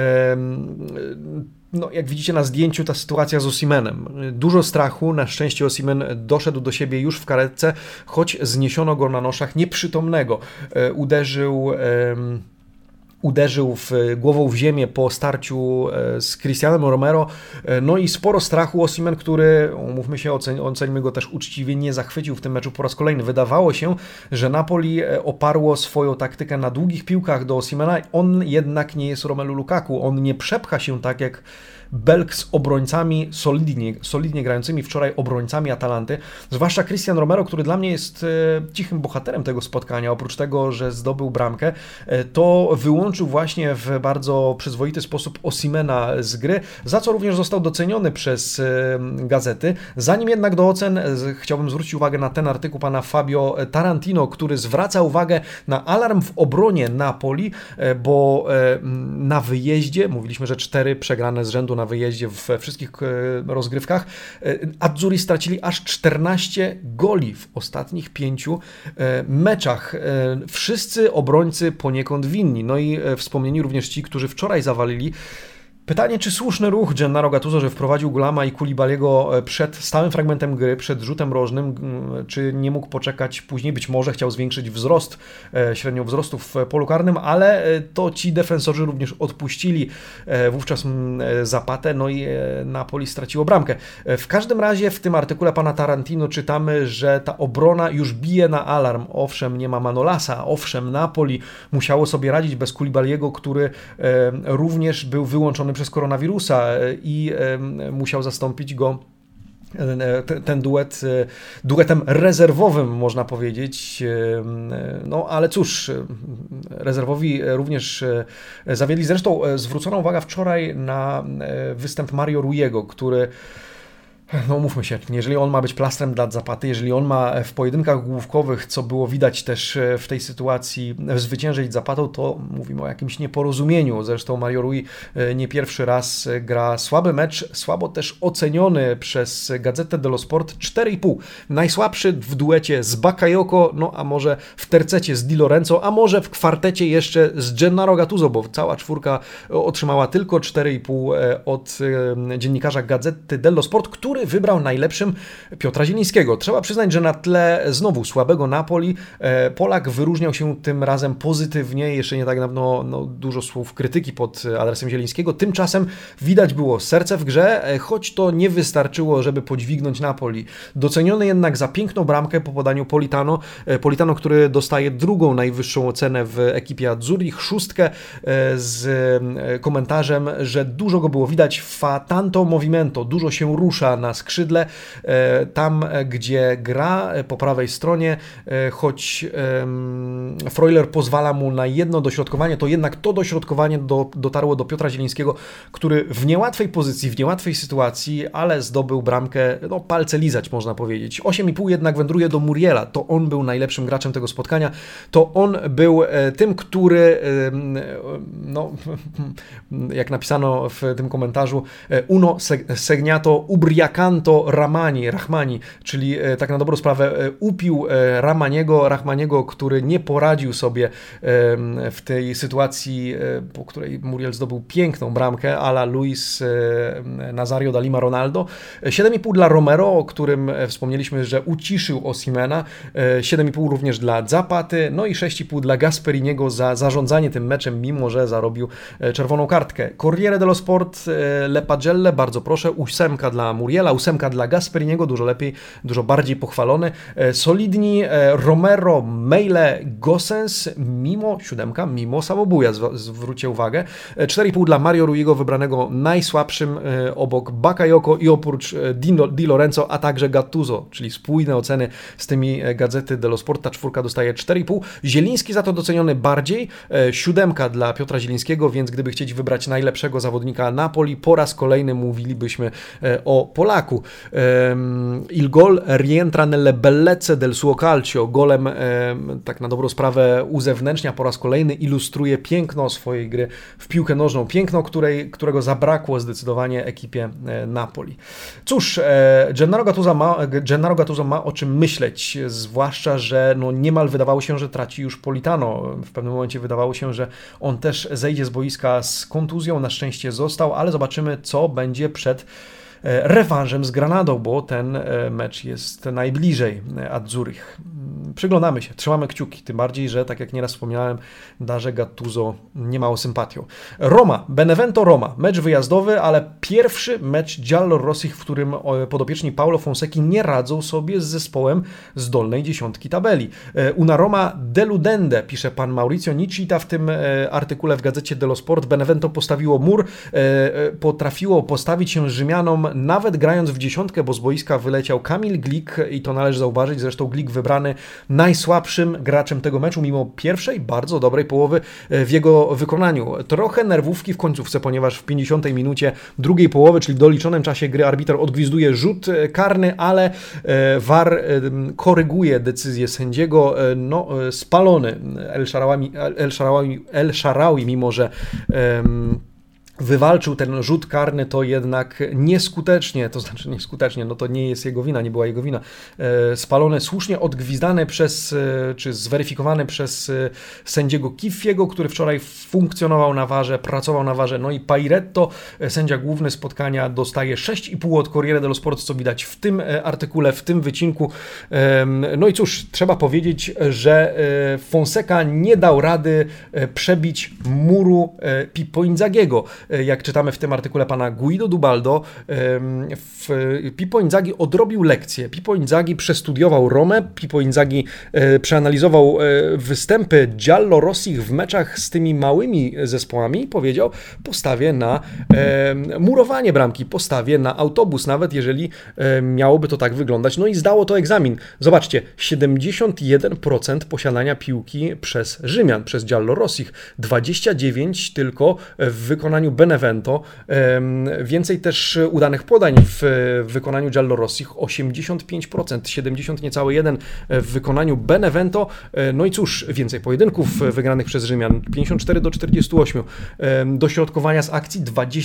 No, jak widzicie na zdjęciu, ta sytuacja z Osimhenem. Dużo strachu, na szczęście Osimhen doszedł do siebie już w karetce, choć zniesiono go na noszach nieprzytomnego. Uderzył głową w ziemię po starciu z Cristianem Romero, no i sporo strachu. Osimhen, który, umówmy się, ocenimy go też uczciwie, nie zachwycił w tym meczu po raz kolejny. Wydawało się, że Napoli oparło swoją taktykę na długich piłkach do Osimhena. On jednak nie jest Romelu Lukaku, on nie przepcha się tak jak Belk z obrońcami solidnie grającymi wczoraj obrońcami Atalanty, zwłaszcza Cristian Romero, który dla mnie jest cichym bohaterem tego spotkania. Oprócz tego, że zdobył bramkę, to wyłączył właśnie w bardzo przyzwoity sposób Osimhena z gry, za co również został doceniony przez gazety. Zanim jednak do ocen, chciałbym zwrócić uwagę na ten artykuł pana Fabio Tarantino, który zwraca uwagę na alarm w obronie Napoli, bo na wyjeździe, mówiliśmy, że 4 przegrane z rzędu na wyjeździe we wszystkich rozgrywkach, Azzurri stracili aż 14 goli w ostatnich 5 meczach. Wszyscy obrońcy poniekąd winni. No i wspomnieni również ci, którzy wczoraj zawalili. Pytanie, czy słuszny ruch Gennaro Gattuso, że wprowadził Gulama i Koulibaly'ego przed stałym fragmentem gry, przed rzutem rożnym, czy nie mógł poczekać później? Być może chciał zwiększyć średnią wzrostu w polu karnym, ale to ci defensorzy również odpuścili wówczas Zapatę, no i Napoli straciło bramkę. W każdym razie w tym artykule pana Tarantino czytamy, że ta obrona już bije na alarm. Owszem, nie ma Manolasa, owszem, Napoli musiało sobie radzić bez Koulibaly'ego, który również był wyłączony przez koronawirusa i musiał zastąpić go ten duetem rezerwowym, można powiedzieć. No ale cóż, rezerwowi również zawiedli. Zresztą zwrócono uwagę wczoraj na występ Mario Ruiego, który, no mówmy się, jeżeli on ma być plastrem dla Zapaty, jeżeli on ma w pojedynkach główkowych, co było widać też w tej sytuacji, zwyciężyć Zapatą, to mówimy o jakimś nieporozumieniu. Zresztą Mario Rui nie pierwszy raz gra słaby mecz, słabo też oceniony przez Gazzetta dello Sport, 4,5. Najsłabszy w duecie z Bakayoko, no a może w tercecie z Di Lorenzo, a może w kwartecie jeszcze z Gennaro Gattuso, bo cała czwórka otrzymała tylko 4,5 od dziennikarza Gazety dello Sport, który wybrał najlepszym Piotra Zielińskiego. Trzeba przyznać, że na tle znowu słabego Napoli Polak wyróżniał się tym razem pozytywnie. Jeszcze nie tak dawno dużo słów krytyki pod adresem Zielińskiego. Tymczasem widać było serce w grze, choć to nie wystarczyło, żeby podźwignąć Napoli. Doceniony jednak za piękną bramkę po podaniu Politano, który dostaje drugą najwyższą ocenę w ekipie Azzurri, 6 z komentarzem, że dużo go było widać, fa tanto movimento, dużo się rusza na skrzydle, tam gdzie gra po prawej stronie, choć Freuler pozwala mu na jedno dośrodkowanie, to jednak to dośrodkowanie dotarło do Piotra Zielińskiego, który w niełatwej pozycji, w niełatwej sytuacji, ale zdobył bramkę, no palce lizać można powiedzieć. 8,5 jednak wędruje do Muriela, to on był najlepszym graczem tego spotkania, to on był tym, który, no jak napisano w tym komentarzu, uno segnato ubriacanto Rahmani, czyli tak na dobrą sprawę upił Rahmaniego, który nie poradził sobie w tej sytuacji, po której Muriel zdobył piękną bramkę a la Luis Nazario da Lima Ronaldo. 7,5 dla Romero, o którym wspomnieliśmy, że uciszył Osimhena, 7,5 również dla Zapaty, no i 6,5 dla Gasperiniego za zarządzanie tym meczem, mimo że zarobił czerwoną kartkę. Corriere dello Sport, Le Pagelle, bardzo proszę, 8 dla Muriela, 8 dla Gasperiniego, dużo lepiej, dużo bardziej pochwalony. Solidni Romero, Meile, Gosens mimo samobuja, zwróćcie uwagę. 4,5 dla Mario Ruigo, wybranego najsłabszym obok Bakayoko i oprócz Di Lorenzo, a także Gattuso, czyli spójne oceny z tymi Gazety dello Sport. Ta czwórka dostaje 4,5. Zieliński za to doceniony bardziej. 7 dla Piotra Zielińskiego, więc gdyby chcieć wybrać najlepszego zawodnika Napoli, po raz kolejny mówilibyśmy o Polaku. Il gol rientra nelle bellezze del suo calcio. Golem, tak na dobrą sprawę, uzewnętrznia po raz kolejny, ilustruje piękno swojej gry w piłkę nożną. Piękno, którego zabrakło zdecydowanie ekipie Napoli. Cóż, Gennaro Gattuso ma o czym myśleć, zwłaszcza, że niemal wydawało się, że traci już Politano. W pewnym momencie wydawało się, że on też zejdzie z boiska z kontuzją. Na szczęście został, ale zobaczymy, co będzie przed rewanżem z Granadą, bo ten mecz jest najbliżej Azzurich. Przyglądamy się, trzymamy kciuki, tym bardziej, że tak jak nieraz wspomniałem, darzę Gattuso niemało sympatią. Benevento Roma, mecz wyjazdowy, ale pierwszy mecz giallorossich, w którym podopieczni Paulo Fonseki nie radzą sobie z zespołem z dolnej dziesiątki tabeli. Una Roma deludende, pisze pan Maurizio Nicita w tym artykule w Gazecie dello Sport. Benevento postawiło mur, potrafiło postawić się Rzymianom, nawet grając w dziesiątkę, bo z boiska wyleciał Kamil Glik i to należy zauważyć, zresztą Glik wybrany najsłabszym graczem tego meczu, mimo pierwszej, bardzo dobrej połowy w jego wykonaniu. Trochę nerwówki w końcówce, ponieważ w 50 minucie drugiej połowy, czyli w doliczonym czasie gry, arbiter odgwizduje rzut karny, ale VAR koryguje decyzję sędziego. Spalony El Shaarawy, mimo że wywalczył ten rzut karny, to jednak nieskutecznie, to nie jest jego wina, nie była jego wina. Spalone, słusznie odgwizdane czy zweryfikowane przez sędziego Kiffiego, który wczoraj funkcjonował na warze, pracował na warze. I Pairetto, sędzia główny spotkania, dostaje 6,5 od Corriere dello Sport, co widać w tym artykule, w tym wycinku. I cóż, trzeba powiedzieć, że Fonseca nie dał rady przebić muru Pippo Inzaghiego. Jak czytamy w tym artykule pana Guido Dubaldo, Pippo Inzaghi odrobił lekcję. Pippo Inzaghi przestudiował Romę, Pippo Inzaghi przeanalizował występy giallorossich w meczach z tymi małymi zespołami i powiedział: postawię na murowanie bramki, postawię na autobus, nawet jeżeli miałoby to tak wyglądać. I zdało to egzamin. Zobaczcie, 71% posiadania piłki przez Rzymian, przez giallorossich, 29 tylko w wykonaniu Benevento, więcej też udanych podań w wykonaniu giallorossich, 85%, 70 niecałe 1 w wykonaniu Benevento. I cóż, więcej pojedynków wygranych przez Rzymian, 54-48, dośrodkowania z akcji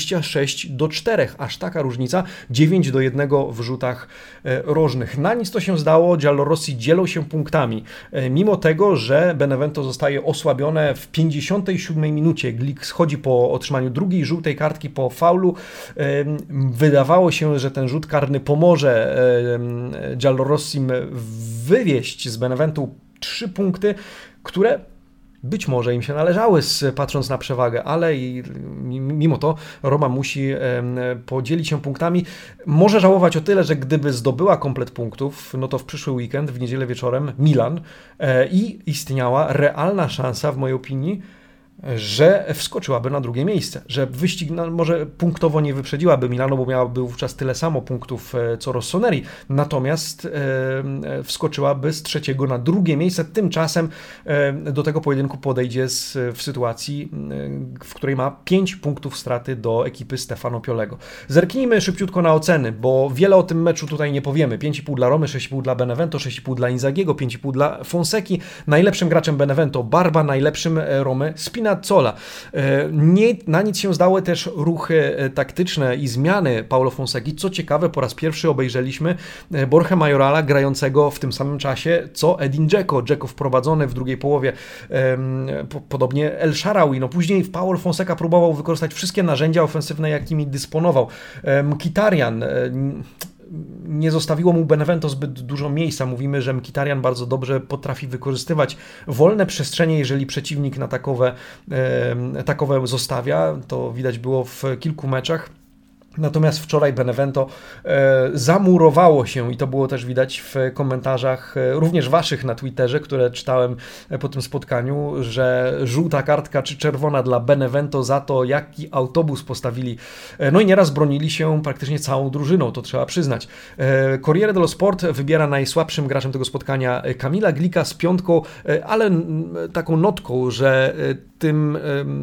26-4, aż taka różnica, 9-1 w rzutach rożnych. Na nic to się zdało, giallorossi dzielą się punktami, mimo tego, że Benevento zostaje osłabione w 57 minucie. Glik schodzi po otrzymaniu drugiej żółtej kartki po faulu. Wydawało się, że ten rzut karny pomoże giallorossim wywieźć z Beneventu 3 punkty, które być może im się należały, patrząc na przewagę, ale mimo to Roma musi podzielić się punktami. Może żałować o tyle, że gdyby zdobyła komplet punktów, to w przyszły weekend, w niedzielę wieczorem, Milan i istniała realna szansa, w mojej opinii, że wskoczyłaby na drugie miejsce, że wyścig może punktowo nie wyprzedziłaby Milano, bo miałaby wówczas tyle samo punktów co Rossoneri, natomiast wskoczyłaby z 3. na drugie miejsce. Tymczasem do tego pojedynku podejdzie w sytuacji, w której ma 5 punktów straty do ekipy Stefano Piolego. Zerknijmy szybciutko na oceny, bo wiele o tym meczu tutaj nie powiemy. 5,5 dla Romy, 6,5 dla Benevento, 6,5 dla Inzaghiego, 5,5 dla Fonseki. Najlepszym graczem Benevento Barba, najlepszym Romy Spinazzola. Na nic się zdały też ruchy taktyczne i zmiany Paulo Fonseki. Co ciekawe, po raz pierwszy obejrzeliśmy Borja Majorala grającego w tym samym czasie co Edin Dzeko. Dzeko wprowadzony w drugiej połowie, podobnie El Shaarawy. Później Paulo Fonseca próbował wykorzystać wszystkie narzędzia ofensywne, jakimi dysponował. Mkhitaryan, nie zostawiło mu Benevento zbyt dużo miejsca. Mówimy, że Mkhitaryan bardzo dobrze potrafi wykorzystywać wolne przestrzenie, jeżeli przeciwnik na takowe zostawia. To widać było w kilku meczach. Natomiast wczoraj Benevento zamurowało się i to było też widać w komentarzach również waszych na Twitterze, które czytałem po tym spotkaniu, że żółta kartka czy czerwona dla Benevento za to, jaki autobus postawili. No i nieraz bronili się praktycznie całą drużyną, to trzeba przyznać. Corriere dello Sport wybiera najsłabszym graczem tego spotkania Kamila Glika z piątką, ale taką notką, że tym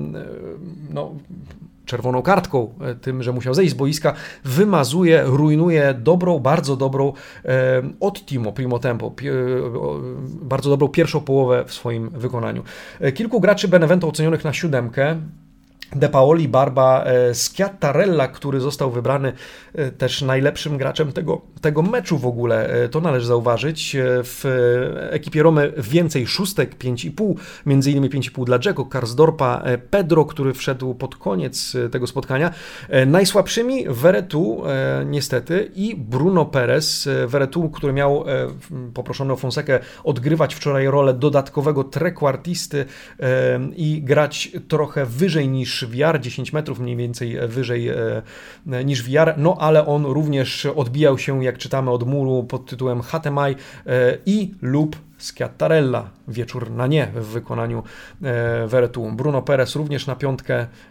czerwoną kartką, tym, że musiał zejść z boiska, wymazuje, rujnuje dobrą, bardzo dobrą Ottimo Primo Tempo, bardzo dobrą pierwszą połowę w swoim wykonaniu. Kilku graczy Benevento ocenionych na 7. De Paoli, Barba, Schiattarella, który został wybrany też najlepszym graczem tego meczu w ogóle. To należy zauważyć. W ekipie Romy więcej szóstek, 5,5, między innymi 5,5 dla Dzeko, Karsdorpa, Pedro, który wszedł pod koniec tego spotkania. Najsłabszymi Veretout niestety i Bruno Perez. Veretout, który miał poproszony o Fonsekę odgrywać wczoraj rolę dodatkowego trequartisty i grać trochę wyżej niż VR, 10 metrów mniej więcej wyżej niż VR, no ale on również odbijał się, jak czytamy, od muru pod tytułem Hatemaj lub Schiattarella, wieczór na nie w wykonaniu Veretout. Bruno Perez również na 5.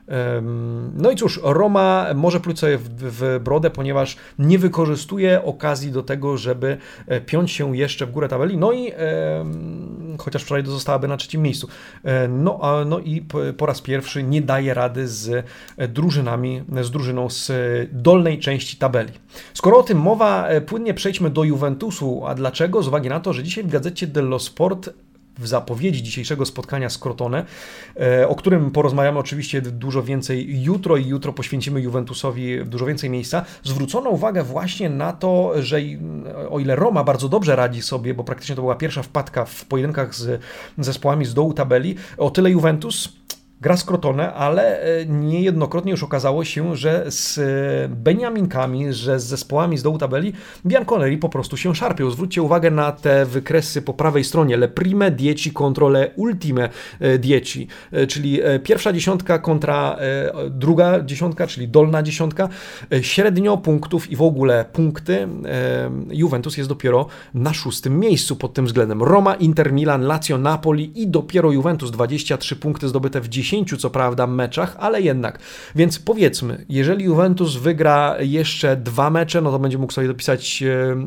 No i cóż, Roma może pluć sobie w brodę, ponieważ nie wykorzystuje okazji do tego, żeby piąć się jeszcze w górę tabeli, no i chociaż wczoraj zostałaby na 3. miejscu. No i po raz pierwszy nie daje rady z drużyną z dolnej części tabeli. Skoro o tym mowa, płynnie przejdźmy do Juventusu. A dlaczego? Z uwagi na to, że dzisiaj w gazecie dello Sport w zapowiedzi dzisiejszego spotkania z Crotone, o którym porozmawiamy oczywiście dużo więcej jutro i jutro poświęcimy Juventusowi dużo więcej miejsca, zwrócono uwagę właśnie na to, że o ile Roma bardzo dobrze radzi sobie, bo praktycznie to była pierwsza wpadka w pojedynkach z zespołami z dołu tabeli, o tyle Juventus gra z Crotone, ale niejednokrotnie już okazało się, że z Beniaminkami, że z zespołami z dołu tabeli Bianconeri po prostu się szarpią. Zwróćcie uwagę na te wykresy po prawej stronie. Le prime 10 contro le ultime 10, czyli pierwsza dziesiątka kontra druga dziesiątka, czyli dolna dziesiątka. Średnio punktów i w ogóle punkty Juventus jest dopiero na 6. miejscu pod tym względem. Roma, Inter, Milan, Lazio, Napoli i dopiero Juventus 23 punkty zdobyte w 10 co prawda meczach, ale jednak. Więc powiedzmy, jeżeli Juventus wygra jeszcze 2 mecze, no to będzie mógł sobie dopisać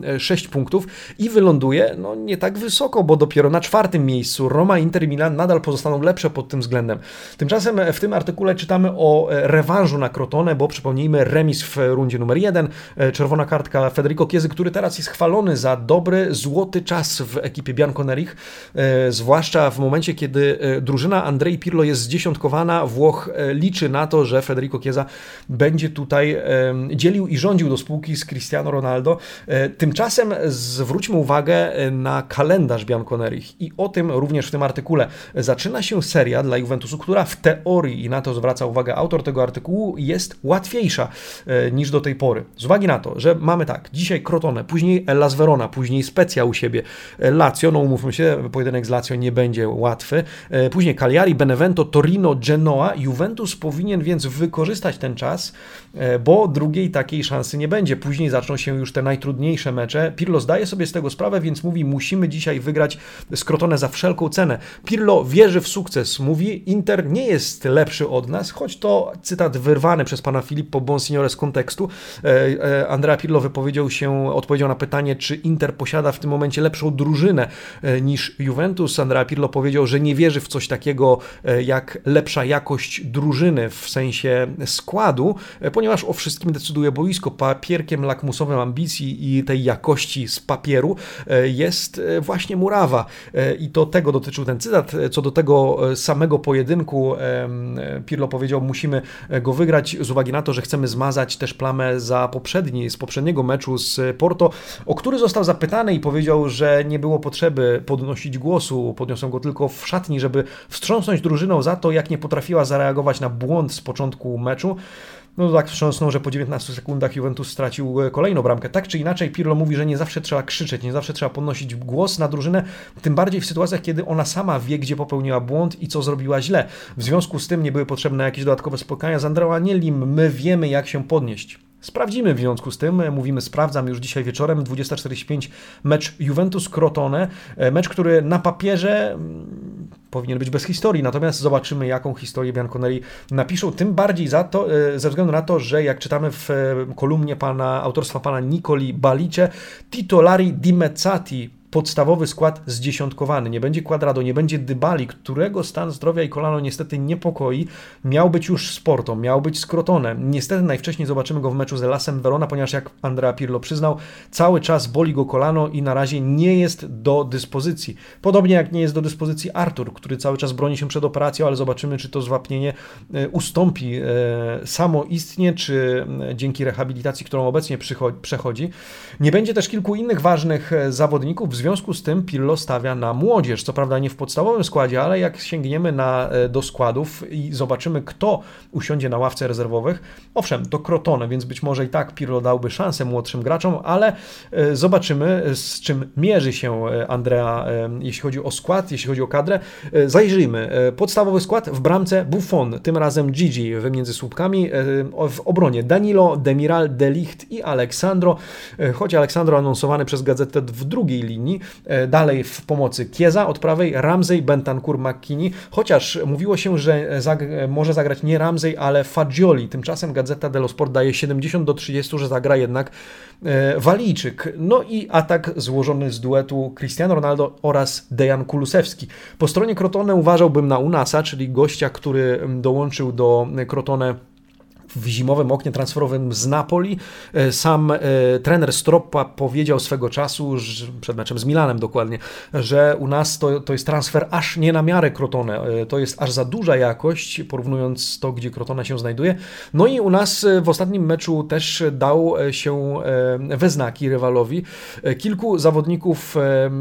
6 punktów i wyląduje nie tak wysoko, bo dopiero na 4. miejscu. Roma, Inter i Milan nadal pozostaną lepsze pod tym względem. Tymczasem w tym artykule czytamy o rewanżu na Crotone, bo przypomnijmy, remis w rundzie numer 1, czerwona kartka Federico Chiesy, który teraz jest chwalony za dobry, złoty czas w ekipie Bianconerich, zwłaszcza w momencie, kiedy drużyna Andrei Pirlo jest zdziesiątkowana. Włoch liczy na to, że Federico Chiesa będzie tutaj dzielił i rządził do spółki z Cristiano Ronaldo. Tymczasem zwróćmy uwagę na kalendarz Bianconerich i o tym również w tym artykule. Zaczyna się seria dla Juventusu, która w teorii, i na to zwraca uwagę autor tego artykułu, jest łatwiejsza niż do tej pory. Z uwagi na to, że mamy tak, dzisiaj Crotone, później Hellas Verona, później Spezia u siebie, Lazio, no umówmy się, pojedynek z Lazio nie będzie łatwy, później Cagliari, Benevento, Torino, Genoa. Juventus powinien więc wykorzystać ten czas, bo drugiej takiej szansy nie będzie. Później zaczną się już te najtrudniejsze mecze. Pirlo zdaje sobie z tego sprawę, więc mówi, musimy dzisiaj wygrać z Crotone za wszelką cenę. Pirlo wierzy w sukces. Mówi, Inter nie jest lepszy od nas, choć to cytat wyrwany przez pana Filippo Bonsignore z kontekstu. Andrea Pirlo odpowiedział na pytanie, czy Inter posiada w tym momencie lepszą drużynę niż Juventus. Andrea Pirlo powiedział, że nie wierzy w coś takiego jak lepsza jakość drużyny w sensie składu, ponieważ o wszystkim decyduje boisko. Papierkiem lakmusowym ambicji i tej jakości z papieru jest właśnie murawa. I to tego dotyczył ten cytat. Co do tego samego pojedynku Pirlo powiedział, musimy go wygrać z uwagi na to, że chcemy zmazać też plamę z poprzedniego meczu z Porto, o który został zapytany i powiedział, że nie było potrzeby podnosić głosu. Podniosłem go tylko w szatni, żeby wstrząsnąć drużyną za to, jak nie potrafiła zareagować na błąd z początku meczu. No to tak wstrząsnął, że po 19 sekundach Juventus stracił kolejną bramkę. Tak czy inaczej Pirlo mówi, że nie zawsze trzeba krzyczeć, nie zawsze trzeba podnosić głos na drużynę, tym bardziej w sytuacjach, kiedy ona sama wie, gdzie popełniła błąd i co zrobiła źle. W związku z tym nie były potrzebne jakieś dodatkowe spotkania z Andreą Agnellim. My wiemy, jak się podnieść. sprawdzimy w związku z tym. Mówimy sprawdzam już dzisiaj wieczorem, 20:45 mecz Juventus-Crotone. Mecz, który na papierze powinien być bez historii, natomiast zobaczymy, jaką historię Bianconeri napiszą, tym bardziej ze względu na to, że jak czytamy w kolumnie autorstwa pana Nicoli Balice, titolari dimezzati, podstawowy skład zdziesiątkowany. Nie będzie Cuadrado, nie będzie Dybali, którego stan zdrowia i kolano niestety niepokoi. Miał być już z Porto, miał być z Crotone. Niestety najwcześniej zobaczymy go w meczu z Hellasem Verona, ponieważ jak Andrea Pirlo przyznał, cały czas boli go kolano i na razie nie jest do dyspozycji. Podobnie jak nie jest do dyspozycji Artur, który cały czas broni się przed operacją, ale zobaczymy, czy to zwapnienie ustąpi samoistnie, czy dzięki rehabilitacji, którą obecnie przechodzi. Nie będzie też kilku innych ważnych zawodników, w związku z tym Pirlo stawia na młodzież, co prawda nie w podstawowym składzie, ale jak sięgniemy do składów i zobaczymy, kto usiądzie na ławce rezerwowych, owszem, to Crotone, więc być może i tak Pirlo dałby szansę młodszym graczom, ale zobaczymy, z czym mierzy się Andrea, jeśli chodzi o skład, jeśli chodzi o kadrę. Zajrzyjmy. Podstawowy skład: w bramce Buffon, tym razem Gigi między słupkami, w obronie Danilo, Demiral, De Ligt i Aleksandro, choć Aleksandro anonsowany przez gazetę w drugiej linii. Dalej w pomocy Chiesa od prawej, Ramsey, Bentancur, McKennie, chociaż mówiło się, że może zagrać nie Ramsey, ale Fagioli. Tymczasem Gazeta dello Sport daje 70-30, że zagra jednak Walijczyk. No i atak złożony z duetu Cristiano Ronaldo oraz Dejan Kulusewski. Po stronie Crotone uważałbym na Unasa, czyli gościa, który dołączył do Crotone w zimowym oknie transferowym z Napoli. Sam trener Stroppa powiedział swego czasu, przed meczem z Milanem dokładnie, że u nas to jest transfer aż nie na miarę Crotone. To jest aż za duża jakość, porównując to, gdzie Crotone się znajduje. No i u nas w ostatnim meczu też dał się we znaki rywalowi. Kilku zawodników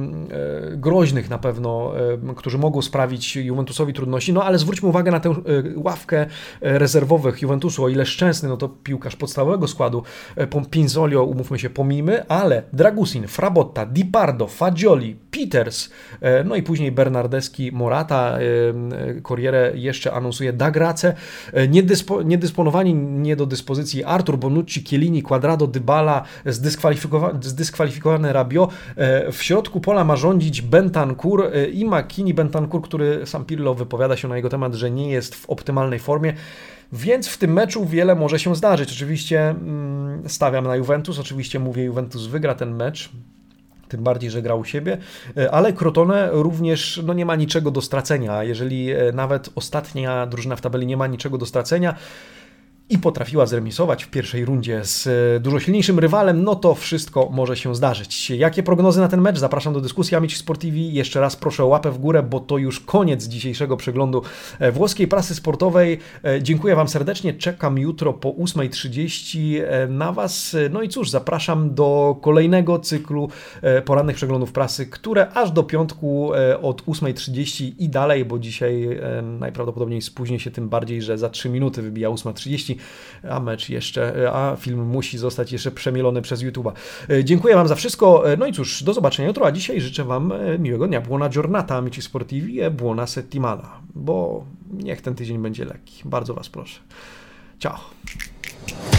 groźnych na pewno, którzy mogą sprawić Juventusowi trudności, no ale zwróćmy uwagę na tę ławkę rezerwowych Juventusu. O ile Szczęsny, no to piłkarz podstawowego składu, Pinzolio, umówmy się, pomijmy, ale Dragusin, Frabotta, Di Pardo, Fagioli, Peters, no i później Bernardeschi, Morata, Corriere jeszcze anonsuje Da Grace, niedysponowani, nie do dyspozycji Artur, Bonucci, Chiellini, Cuadrado, Dybala, zdyskwalifikowany Rabiot, w środku pola ma rządzić Bentancur i McKennie. Bentancur, który sam Pirlo wypowiada się na jego temat, że nie jest w optymalnej formie. Więc w tym meczu wiele może się zdarzyć. Oczywiście stawiam na Juventus, oczywiście mówię, Juventus wygra ten mecz, tym bardziej, że gra u siebie, ale Crotone również nie ma niczego do stracenia. Jeżeli nawet ostatnia drużyna w tabeli nie ma niczego do stracenia i potrafiła zremisować w pierwszej rundzie z dużo silniejszym rywalem, no to wszystko może się zdarzyć. Jakie prognozy na ten mecz? Zapraszam do dyskusji. Amici Sportivi. Jeszcze raz proszę o łapę w górę, bo to już koniec dzisiejszego przeglądu włoskiej prasy sportowej. Dziękuję Wam serdecznie. Czekam jutro po 8:30 na Was. No i cóż, zapraszam do kolejnego cyklu porannych przeglądów prasy, które aż do piątku od 8:30 i dalej, bo dzisiaj najprawdopodobniej spóźnię się, tym bardziej, że za 3 minuty wybija 8:30. A film musi zostać jeszcze przemielony przez YouTube'a. Dziękuję Wam za wszystko. No i cóż, do zobaczenia jutro, a dzisiaj życzę Wam miłego dnia. Buona giornata, amici sportivi, e buona settimana, bo niech ten tydzień będzie lekki. Bardzo Was proszę. Ciao.